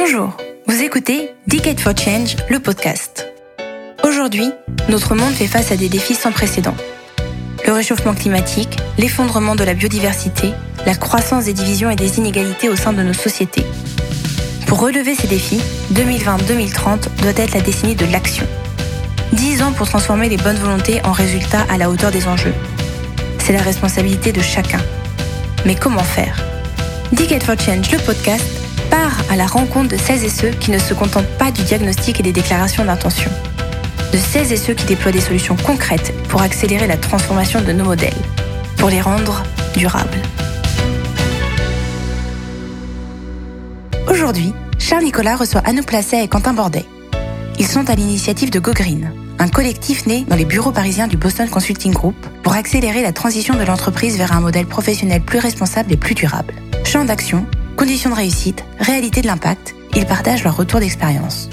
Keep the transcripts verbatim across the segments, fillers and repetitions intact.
Bonjour, vous écoutez Decade for Change, le podcast. Aujourd'hui, notre monde fait face à des défis sans précédent. Le réchauffement climatique, l'effondrement de la biodiversité, la croissance des divisions et des inégalités au sein de nos sociétés. Pour relever ces défis, deux mille vingt deux mille trente doit être la décennie de l'action. Dix ans pour transformer les bonnes volontés en résultats à la hauteur des enjeux. C'est la responsabilité de chacun. Mais comment faire ? Decade for Change, le podcast, part à la rencontre de celles et ceux qui ne se contentent pas du diagnostic et des déclarations d'intention. De celles et ceux qui déploient des solutions concrètes pour accélérer la transformation de nos modèles, pour les rendre durables. Aujourd'hui, Charles Nicolas reçoit Anouk Placet et Quentin Bordet. Ils sont à l'initiative de GoGreen, un collectif né dans les bureaux parisiens du Boston Consulting Group pour accélérer la transition de l'entreprise vers un modèle professionnel plus responsable et plus durable. Champ d'action, conditions de réussite, réalité de l'impact, ils partagent leur retour d'expérience.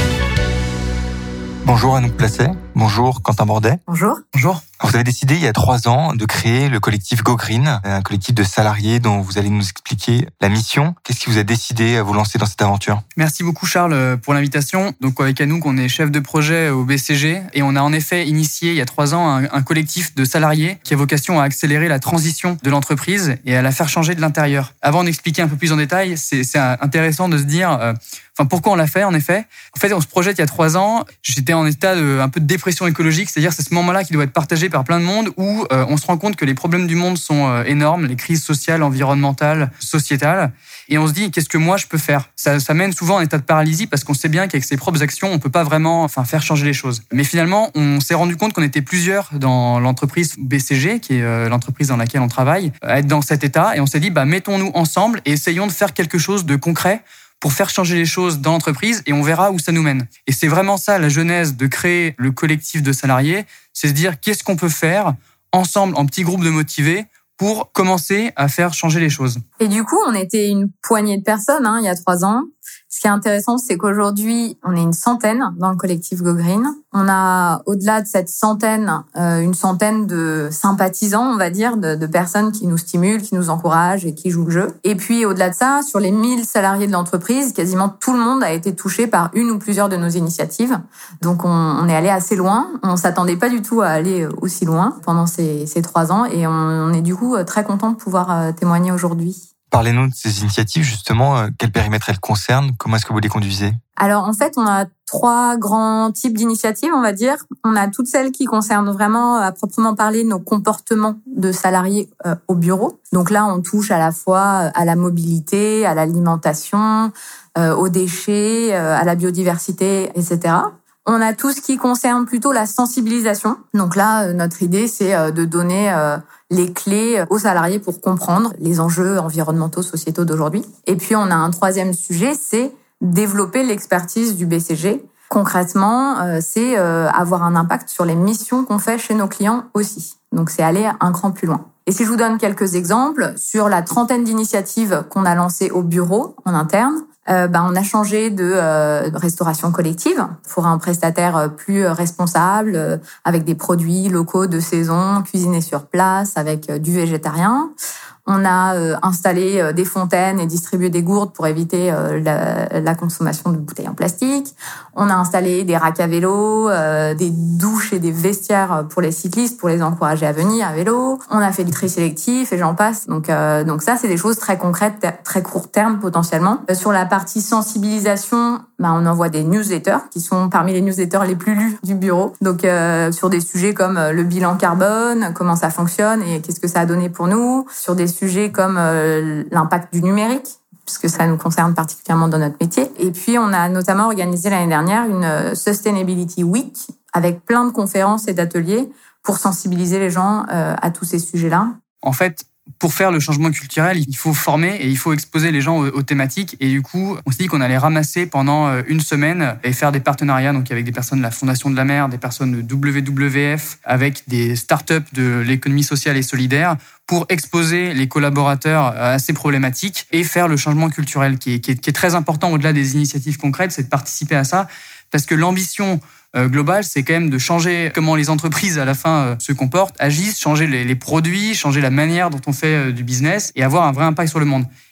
Bonjour Anouk Placet, bonjour Quentin Bordet. Bonjour. Bonjour. Vous avez décidé il y a trois ans de créer le collectif GoGreen, un collectif de salariés dont vous allez nous expliquer la mission. Qu'est-ce qui vous a décidé à vous lancer dans cette aventure ? Merci beaucoup Charles pour l'invitation. Donc avec Anouk, on est chef de projet au B C G et on a en effet initié il y a trois ans un, un collectif de salariés qui a vocation à accélérer la transition de l'entreprise et à la faire changer de l'intérieur. Avant d'expliquer un peu plus en détail, c'est, c'est intéressant de se dire... Euh, Enfin, pourquoi on l'a fait, en effet ? En fait, on se projette il y a trois ans. J'étais en état de, un peu de dépression écologique, c'est-à-dire c'est ce moment-là qui doit être partagé par plein de monde où euh, on se rend compte que les problèmes du monde sont euh, énormes, les crises sociales, environnementales, sociétales. Et on se dit, qu'est-ce que moi je peux faire ? Ça, ça mène souvent à un état de paralysie parce qu'on sait bien qu'avec ses propres actions, on peut pas vraiment, enfin, faire changer les choses. Mais finalement, on s'est rendu compte qu'on était plusieurs dans l'entreprise B C G, qui est euh, l'entreprise dans laquelle on travaille, à être dans cet état. Et on s'est dit, bah, mettons-nous ensemble et essayons de faire quelque chose de concret pour faire changer les choses dans l'entreprise et on verra où ça nous mène. Et c'est vraiment ça la genèse de créer le collectif de salariés, c'est se dire qu'est-ce qu'on peut faire ensemble en petits groupes de motivés pour commencer à faire changer les choses. Et du coup, on était une poignée de personnes hein, il y a trois ans. Ce qui est intéressant, c'est qu'aujourd'hui, on est une centaine dans le collectif GoGreen. On a, au-delà de cette centaine, euh, une centaine de sympathisants, on va dire, de, de personnes qui nous stimulent, qui nous encouragent et qui jouent le jeu. Et puis, au-delà de ça, sur les mille salariés de l'entreprise, quasiment tout le monde a été touché par une ou plusieurs de nos initiatives. Donc, on, on est allé assez loin. On s'attendait pas du tout à aller aussi loin pendant ces, ces trois ans. Et on, on est du coup très content de pouvoir témoigner aujourd'hui. Parlez-nous de ces initiatives, justement. Quel périmètre elles concernent ? Comment est-ce que vous les conduisez ? Alors, en fait, on a trois grands types d'initiatives, on va dire. On a toutes celles qui concernent vraiment, à proprement parler, nos comportements de salariés euh, au bureau. Donc là, on touche à la fois à la mobilité, à l'alimentation, euh, aux déchets, euh, à la biodiversité, et cetera. On a tout ce qui concerne plutôt la sensibilisation. Donc là, notre idée, c'est de donner les clés aux salariés pour comprendre les enjeux environnementaux, sociétaux d'aujourd'hui. Et puis, on a un troisième sujet, c'est développer l'expertise du B C G. Concrètement, c'est avoir un impact sur les missions qu'on fait chez nos clients aussi. Donc, c'est aller un cran plus loin. Et si je vous donne quelques exemples, sur la trentaine d'initiatives qu'on a lancées au bureau, en interne, Euh, ben, on a changé de euh, restauration collective pour un prestataire plus responsable, euh, avec des produits locaux de saison, cuisinés sur place, avec euh, du végétarien. On a euh, installé euh, des fontaines et distribué des gourdes pour éviter euh, la, la consommation de bouteilles en plastique. On a installé des racks à vélo, euh, des douches et des vestiaires pour les cyclistes pour les encourager à venir à vélo. On a fait du tri sélectif et j'en passe. Donc, euh, donc ça, c'est des choses très concrètes, très court terme potentiellement. Euh, sur la partie sensibilisation, bah, on envoie des newsletters qui sont parmi les newsletters les plus lus du bureau. Donc euh, sur des sujets comme le bilan carbone, comment ça fonctionne et qu'est-ce que ça a donné pour nous. Sur des sujets comme euh, l'impact du numérique, puisque ça nous concerne particulièrement dans notre métier. Et puis, on a notamment organisé l'année dernière une Sustainability Week avec plein de conférences et d'ateliers pour sensibiliser les gens euh, à tous ces sujets-là. En fait, pour faire le changement culturel, il faut former et il faut exposer les gens aux, aux thématiques. Et du coup, on s'est dit qu'on allait ramasser pendant une semaine et faire des partenariats donc avec des personnes de la Fondation de la Mer, des personnes de W W F, avec des startups de l'économie sociale et solidaire pour exposer les collaborateurs à ces problématiques et faire le changement culturel qui est, qui est, qui est très important au-delà des initiatives concrètes, c'est de participer à ça. Parce que l'ambition euh, globale, c'est quand même de changer comment les entreprises à la fin euh, se comportent, agissent, changer les, les produits, changer la manière dont on fait euh, du business et avoir un vrai impact sur le monde.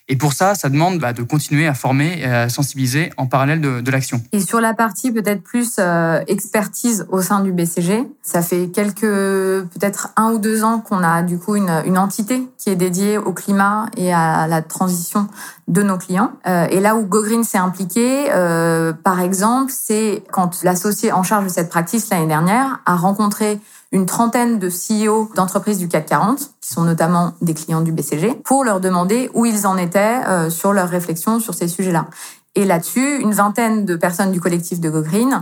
Et pour ça, ça demande bah, de continuer à former et à sensibiliser en parallèle de, de l'action. Et sur la partie peut-être plus euh, expertise au sein du B C G, ça fait quelques, peut-être un ou deux ans qu'on a du coup une, une entité qui est dédiée au climat et à la transition de nos clients. Euh, et là où GoGreen s'est impliqué, euh, par exemple, c'est quand l'associé en charge de cette practice l'année dernière a rencontré une trentaine de C E O d'entreprises du C A C quarante, qui sont notamment des clients du B C G, pour leur demander où ils en étaient euh, sur leurs réflexions sur ces sujets-là. Et là-dessus, une vingtaine de personnes du collectif de GoGreen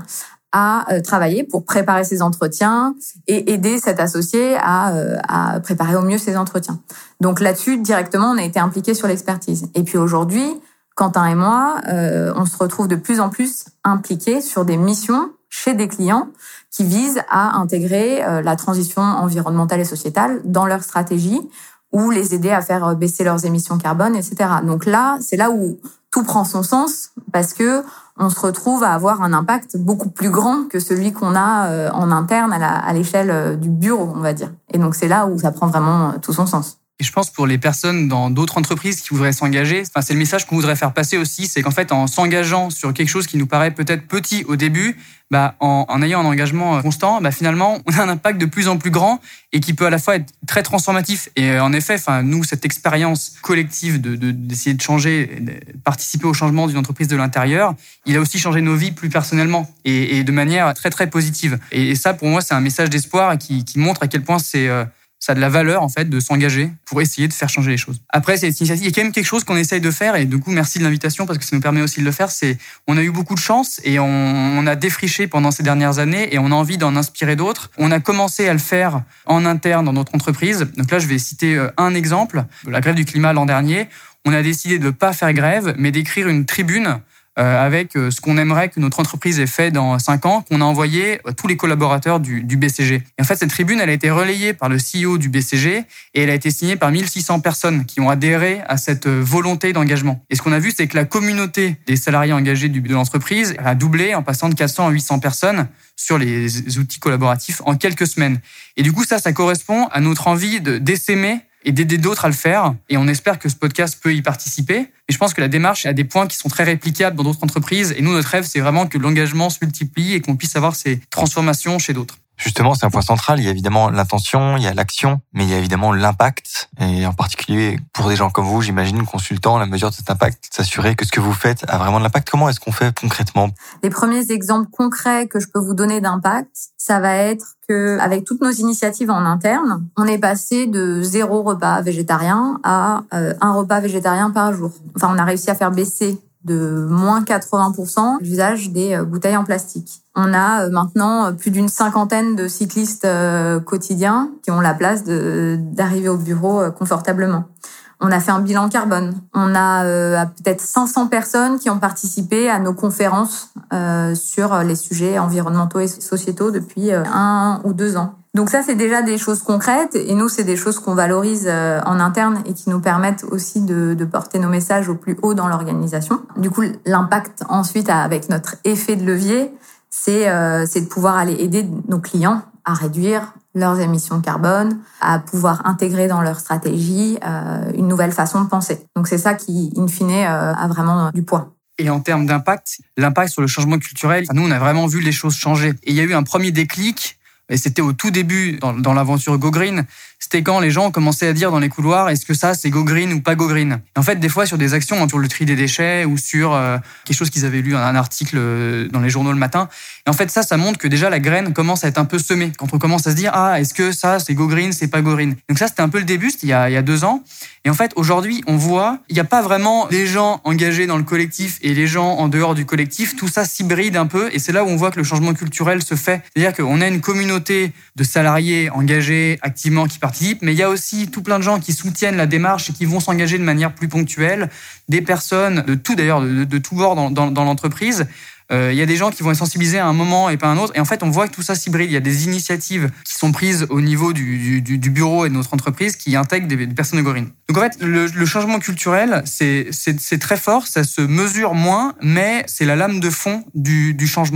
a euh, travaillé pour préparer ces entretiens et aider cet associé à, euh, à préparer au mieux ces entretiens. Donc là-dessus, directement, on a été impliqués sur l'expertise. Et puis aujourd'hui, Quentin et moi, euh, on se retrouve de plus en plus impliqués sur des missions chez des clients qui visent à intégrer euh, la transition environnementale et sociétale dans leur stratégie ou les aider à faire baisser leurs émissions carbone, et cetera. Donc là, c'est là où tout prend son sens parce que on se retrouve à avoir un impact beaucoup plus grand que celui qu'on a euh, en interne à, la, à l'échelle du bureau, on va dire. Et donc c'est là où ça prend vraiment tout son sens. Et je pense pour les personnes dans d'autres entreprises qui voudraient s'engager, enfin, c'est le message qu'on voudrait faire passer aussi, c'est qu'en fait, en s'engageant sur quelque chose qui nous paraît peut-être petit au début, bah, en, en ayant un engagement constant, bah, finalement, on a un impact de plus en plus grand et qui peut à la fois être très transformatif. Et en effet, enfin, nous, cette expérience collective de, de, d'essayer de changer, de participer au changement d'une entreprise de l'intérieur, il a aussi changé nos vies plus personnellement et, et de manière très, très positive. Et, et ça, pour moi, c'est un message d'espoir qui, qui montre à quel point c'est... Euh, ça a de la valeur, en fait, de s'engager pour essayer de faire changer les choses. Après, cette initiative, il y a quand même quelque chose qu'on essaye de faire, et du coup, merci de l'invitation, parce que ça nous permet aussi de le faire, c'est, on a eu beaucoup de chance, et on, on a défriché pendant ces dernières années, et on a envie d'en inspirer d'autres. On a commencé à le faire en interne dans notre entreprise. Donc là, je vais citer un exemple. La grève du climat l'an dernier, on a décidé de ne pas faire grève, mais d'écrire une tribune Euh, avec ce qu'on aimerait que notre entreprise ait fait dans cinq ans, qu'on a envoyé à tous les collaborateurs du, du B C G. Et en fait, cette tribune, elle a été relayée par le C E O du B C G et elle a été signée par mille six cents personnes qui ont adhéré à cette volonté d'engagement. Et ce qu'on a vu, c'est que la communauté des salariés engagés du, de l'entreprise a doublé en passant de quatre cents à huit cents personnes sur les outils collaboratifs en quelques semaines. Et du coup, ça, ça correspond à notre envie de, d'essaimer et d'aider d'autres à le faire. Et on espère que ce podcast peut y participer. Et je pense que la démarche a des points qui sont très réplicables dans d'autres entreprises. Et nous, notre rêve, c'est vraiment que l'engagement se multiplie et qu'on puisse avoir ces transformations chez d'autres. Justement, c'est un point central. Il y a évidemment l'intention, il y a l'action, mais il y a évidemment l'impact. Et en particulier, pour des gens comme vous, j'imagine, consultants, la mesure de cet impact, s'assurer que ce que vous faites a vraiment de l'impact. Comment est-ce qu'on fait concrètement? Les premiers exemples concrets que je peux vous donner d'impact, ça va être que, avec toutes nos initiatives en interne, on est passé de zéro repas végétarien à euh, un repas végétarien par jour. Enfin, on a réussi à faire baisser de moins quatre-vingts pour cent l'usage des bouteilles en plastique. On a maintenant plus d'une cinquantaine de cyclistes quotidiens qui ont la place de, d'arriver au bureau confortablement. On a fait un bilan carbone. On a euh, peut-être cinq cents personnes qui ont participé à nos conférences euh, sur les sujets environnementaux et sociétaux depuis euh, un ou deux ans. Donc ça, c'est déjà des choses concrètes. Et nous, c'est des choses qu'on valorise euh, en interne et qui nous permettent aussi de, de porter nos messages au plus haut dans l'organisation. Du coup, l'impact ensuite, avec notre effet de levier, c'est, euh, c'est de pouvoir aller aider nos clients à réduire leurs émissions de carbone, à pouvoir intégrer dans leur stratégie euh, une nouvelle façon de penser. Donc c'est ça qui, in fine, euh, a vraiment du poids. Et en termes d'impact, l'impact sur le changement culturel, nous, on a vraiment vu les choses changer. Et il y a eu un premier déclic, et c'était au tout début dans, dans l'aventure GoGreen, c'était quand les gens commençaient à dire dans les couloirs, est-ce que ça, c'est GoGreen ou pas GoGreen? Et en fait, des fois, sur des actions sur le tri des déchets ou sur euh, quelque chose qu'ils avaient lu, un article dans les journaux le matin. Et en fait, ça, ça montre que déjà, la graine commence à être un peu semée. Quand on commence à se dire, ah, est-ce que ça, c'est GoGreen, c'est pas GoGreen? Donc ça, c'était un peu le début, c'était il y a, il y a deux ans. Et en fait, aujourd'hui, on voit, il n'y a pas vraiment les gens engagés dans le collectif et les gens en dehors du collectif. Tout ça s'hybride un peu. Et c'est là où on voit que le changement culturel se fait. C'est-à-dire qu'on a une communauté de salariés engagés activement qui participent, mais il y a aussi tout plein de gens qui soutiennent la démarche et qui vont s'engager de manière plus ponctuelle. Des personnes de tout, d'ailleurs, de, de tout bord dans, dans, dans l'entreprise. Euh, il y a des gens qui vont être sensibilisés à un moment et pas à un autre. Et en fait, on voit que tout ça s'hybride. Il y a des initiatives qui sont prises au niveau du, du, du bureau et de notre entreprise qui intègrent des, des personnes de GoGreen. Donc en fait, le, le changement culturel, c'est, c'est, c'est très fort, ça se mesure moins, mais c'est la lame de fond du, du changement.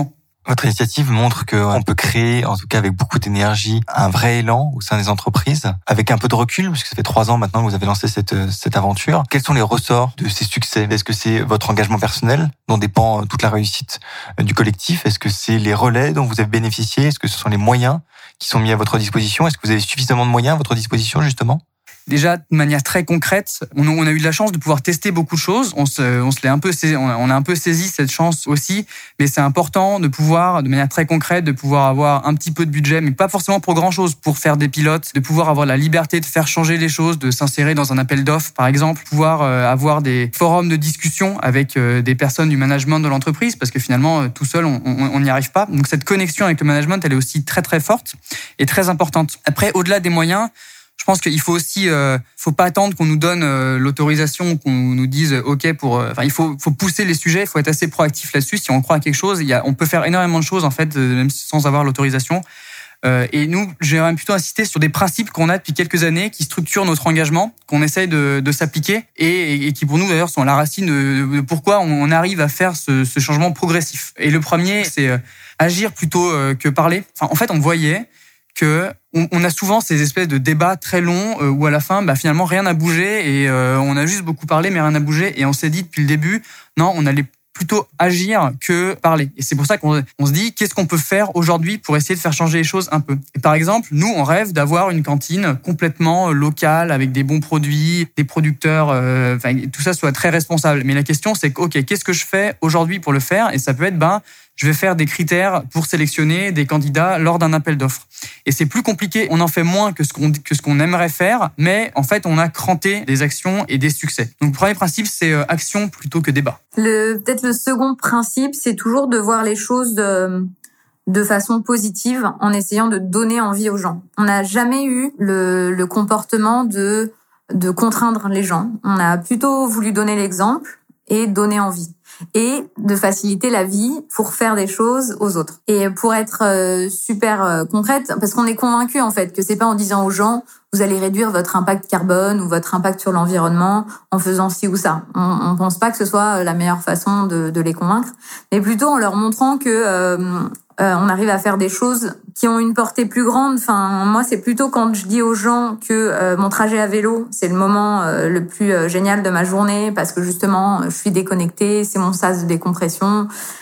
Votre initiative montre qu'on peut créer, en tout cas avec beaucoup d'énergie, un vrai élan au sein des entreprises, avec un peu de recul, puisque ça fait trois ans maintenant que vous avez lancé cette, cette aventure. Quels sont les ressorts de ces succès? Est-ce que c'est votre engagement personnel, dont dépend toute la réussite du collectif? Est-ce que c'est les relais dont vous avez bénéficié? Est-ce que ce sont les moyens qui sont mis à votre disposition? Est-ce que vous avez suffisamment de moyens à votre disposition, justement? Déjà, de manière très concrète, on, on a eu de la chance de pouvoir tester beaucoup de choses. On se, on se l'est un peu, saisi, on a un peu saisi cette chance aussi. Mais c'est important de pouvoir, de manière très concrète, de pouvoir avoir un petit peu de budget, mais pas forcément pour grand chose, pour faire des pilotes, de pouvoir avoir la liberté de faire changer les choses, de s'insérer dans un appel d'offres, par exemple, pouvoir euh, avoir des forums de discussion avec euh, des personnes du management de l'entreprise, parce que finalement, euh, tout seul, on n'y arrive pas. Donc cette connexion avec le management, elle est aussi très très forte et très importante. Après, au-delà des moyens, je pense qu'il faut aussi, euh, faut pas attendre qu'on nous donne euh, l'autorisation, qu'on nous dise OK pour. Euh, enfin, il faut, faut pousser les sujets, il faut être assez proactif là-dessus. Si on croit à quelque chose, il y a, on peut faire énormément de choses en fait, euh, même sans avoir l'autorisation. Euh, et nous, j'aimerais plutôt insister sur des principes qu'on a depuis quelques années, qui structurent notre engagement, qu'on essaye de, de s'appliquer, et, et qui pour nous d'ailleurs sont à la racine de, de pourquoi on arrive à faire ce, ce changement progressif. Et le premier, c'est euh, agir plutôt euh, que parler. Enfin, en fait, on voyait que on a souvent ces espèces de débats très longs où à la fin, bah, finalement, rien n'a bougé et euh, on a juste beaucoup parlé, mais rien n'a bougé. Et on s'est dit depuis le début, non, on allait plutôt agir que parler. Et c'est pour ça qu'on on se dit, qu'est-ce qu'on peut faire aujourd'hui pour essayer de faire changer les choses un peu? Et par exemple, nous, on rêve d'avoir une cantine complètement locale, avec des bons produits, des producteurs, euh, enfin, tout ça soit très responsable. Mais la question, c'est que, OK, qu'est-ce que je fais aujourd'hui pour le faire? Et ça peut être, ben, je vais faire des critères pour sélectionner des candidats lors d'un appel d'offres. Et c'est plus compliqué, on en fait moins que ce qu'on que ce qu'on aimerait faire, mais en fait, on a cranté des actions et des succès. Donc, le premier principe, c'est action plutôt que débat. Le, peut-être le second principe, c'est toujours de voir les choses de, de façon positive en essayant de donner envie aux gens. On n'a jamais eu le, le comportement de, de contraindre les gens. On a plutôt voulu donner l'exemple et donner envie. Et de faciliter la vie pour faire des choses aux autres. Et pour être euh, super euh, concrète, parce qu'on est convaincu en fait que c'est pas en disant aux gens vous allez réduire votre impact carbone ou votre impact sur l'environnement en faisant ci ou ça. On, on pense pas que ce soit la meilleure façon de, de les convaincre, mais plutôt en leur montrant que euh, euh, on arrive à faire des choses qui ont une portée plus grande. Enfin, moi, c'est plutôt quand je dis aux gens que euh, mon trajet à vélo, c'est le moment euh, le plus euh, génial de ma journée parce que justement, je suis déconnectée, c'est mon sas de décompression,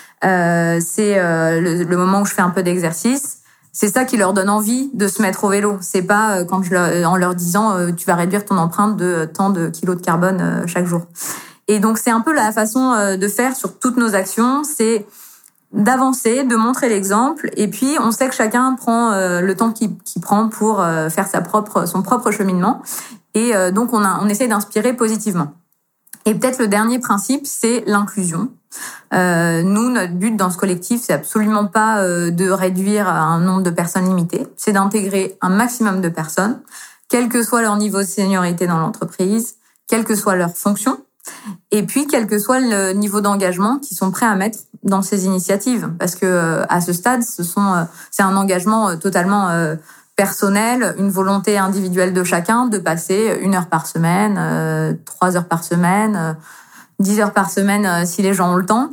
euh, c'est euh, le, le moment où je fais un peu d'exercice. C'est ça qui leur donne envie de se mettre au vélo. C'est pas quand je leur, en leur disant euh, tu vas réduire ton empreinte de tant de kilos de carbone euh, chaque jour. Et donc c'est un peu la façon euh, de faire sur toutes nos actions, c'est d'avancer, de montrer l'exemple, et puis on sait que chacun prend euh, le temps qu'il, qu'il prend pour euh, faire sa propre son propre cheminement, et euh, donc on a on essaie d'inspirer positivement. Et peut-être le dernier principe, c'est l'inclusion. Euh, nous, notre but dans ce collectif, c'est absolument pas euh, de réduire un nombre de personnes limité, c'est d'intégrer un maximum de personnes, quel que soit leur niveau de seniorité dans l'entreprise, quelle que soit leur fonction, et puis quel que soit le niveau d'engagement qu'ils sont prêts à mettre dans ces initiatives. Parce que euh, à ce stade, ce sont, euh, c'est un engagement euh, totalement euh, personnel, une volonté individuelle de chacun de passer une heure par semaine, euh, trois heures par semaine, euh, dix heures par semaine euh, si les gens ont le temps.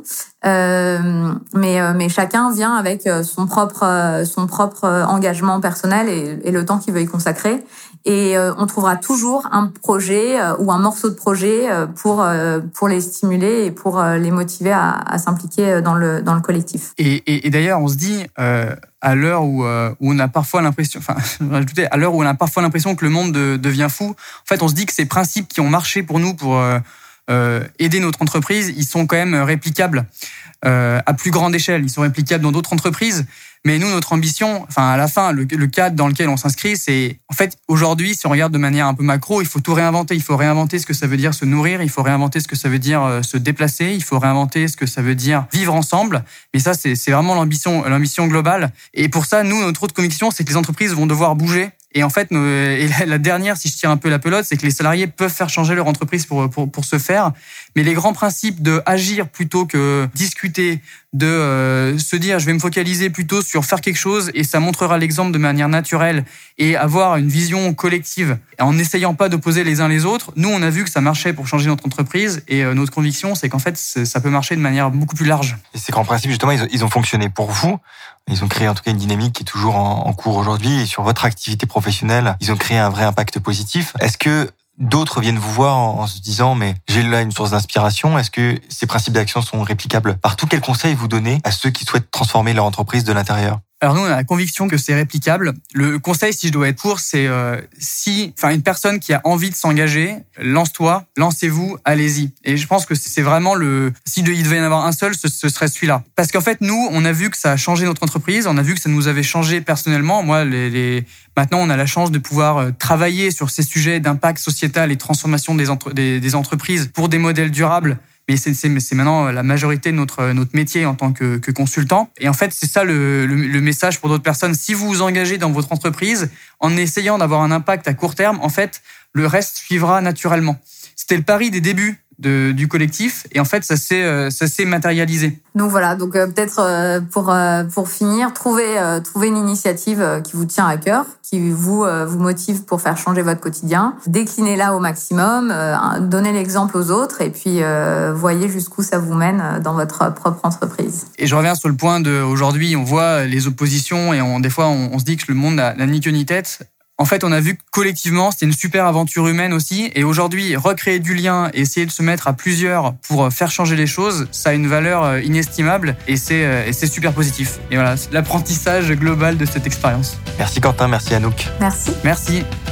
Euh, mais euh, mais chacun vient avec son propre euh, son propre engagement personnel et, et le temps qu'il veut y consacrer. Et euh, on trouvera toujours un projet euh, ou un morceau de projet euh, pour euh, pour les stimuler et pour euh, les motiver à, à s'impliquer dans le dans le collectif. Et, et, et d'ailleurs, on se dit euh, à l'heure où, euh, où on a parfois l'impression, enfin, rajouter à l'heure où on a parfois l'impression que le monde de, devient fou. En fait, on se dit que ces principes qui ont marché pour nous pour euh, euh, aider notre entreprise, ils sont quand même réplicables euh, à plus grande échelle. Ils sont réplicables dans d'autres entreprises. Mais nous, notre ambition, enfin à la fin, le, le cadre dans lequel on s'inscrit, c'est en fait aujourd'hui, si on regarde de manière un peu macro, il faut tout réinventer. Il faut réinventer ce que ça veut dire se nourrir, il faut réinventer ce que ça veut dire euh, se déplacer, il faut réinventer ce que ça veut dire vivre ensemble. Mais ça, c'est, c'est vraiment l'ambition, l'ambition globale. Et pour ça, nous, notre autre conviction, c'est que les entreprises vont devoir bouger Et en fait, nos, et la dernière, si je tire un peu la pelote, c'est que les salariés peuvent faire changer leur entreprise pour, pour, pour ce faire. Mais les grands principes de agir plutôt que discuter, de euh, se dire je vais me focaliser plutôt sur faire quelque chose et ça montrera l'exemple de manière naturelle et avoir une vision collective en n'essayant pas d'opposer les uns les autres. Nous, on a vu que ça marchait pour changer notre entreprise et euh, notre conviction, c'est qu'en fait, ça peut marcher de manière beaucoup plus large. Et ces grands principes, justement, ils ont, ils ont fonctionné pour vous. Ils ont créé en tout cas une dynamique qui est toujours en, en cours aujourd'hui. Et sur votre activité professionnelle, ils ont créé un vrai impact positif. Est-ce que d'autres viennent vous voir en, en se disant mais j'ai là une source d'inspiration? Est-ce que ces principes d'action sont réplicables partout? Quels conseils vous donnez à ceux qui souhaitent transformer leur entreprise de l'intérieur? Alors nous, on a la conviction que c'est réplicable. Le conseil, si je dois être court, c'est euh, si, enfin, une personne qui a envie de s'engager, lance-toi, lancez-vous, allez-y. Et je pense que c'est vraiment le, si il devait y en avoir un seul, ce, ce serait celui-là. Parce qu'en fait, nous, on a vu que ça a changé notre entreprise, on a vu que ça nous avait changé personnellement. Moi, les, les... maintenant, on a la chance de pouvoir travailler sur ces sujets d'impact sociétal et de transformation des, entre... des, des entreprises pour des modèles durables. Mais c'est, c'est, c'est maintenant la majorité de notre, notre métier en tant que, que consultant. Et en fait, c'est ça le, le, le message pour d'autres personnes. Si vous vous engagez dans votre entreprise en essayant d'avoir un impact à court terme, en fait, le reste suivra naturellement. C'était le pari des débuts de, du collectif et en fait, ça s'est, euh, ça s'est matérialisé. Donc voilà, donc euh, peut-être euh, pour euh, pour finir, trouver euh, trouver une initiative euh, qui vous tient à cœur, qui vous euh, vous motive pour faire changer votre quotidien, déclinez-la au maximum, euh, donnez l'exemple aux autres et puis euh, voyez jusqu'où ça vous mène dans votre propre entreprise. Et je reviens sur le point de aujourd'hui, on voit les oppositions et on, des fois on, on se dit que le monde n'a, n'a ni queue ni tête. En fait, on a vu que collectivement, c'était une super aventure humaine aussi. Et aujourd'hui, recréer du lien et essayer de se mettre à plusieurs pour faire changer les choses, ça a une valeur inestimable et c'est, et c'est super positif. Et voilà, c'est l'apprentissage global de cette expérience. Merci Quentin, merci Anouk. Merci. Merci.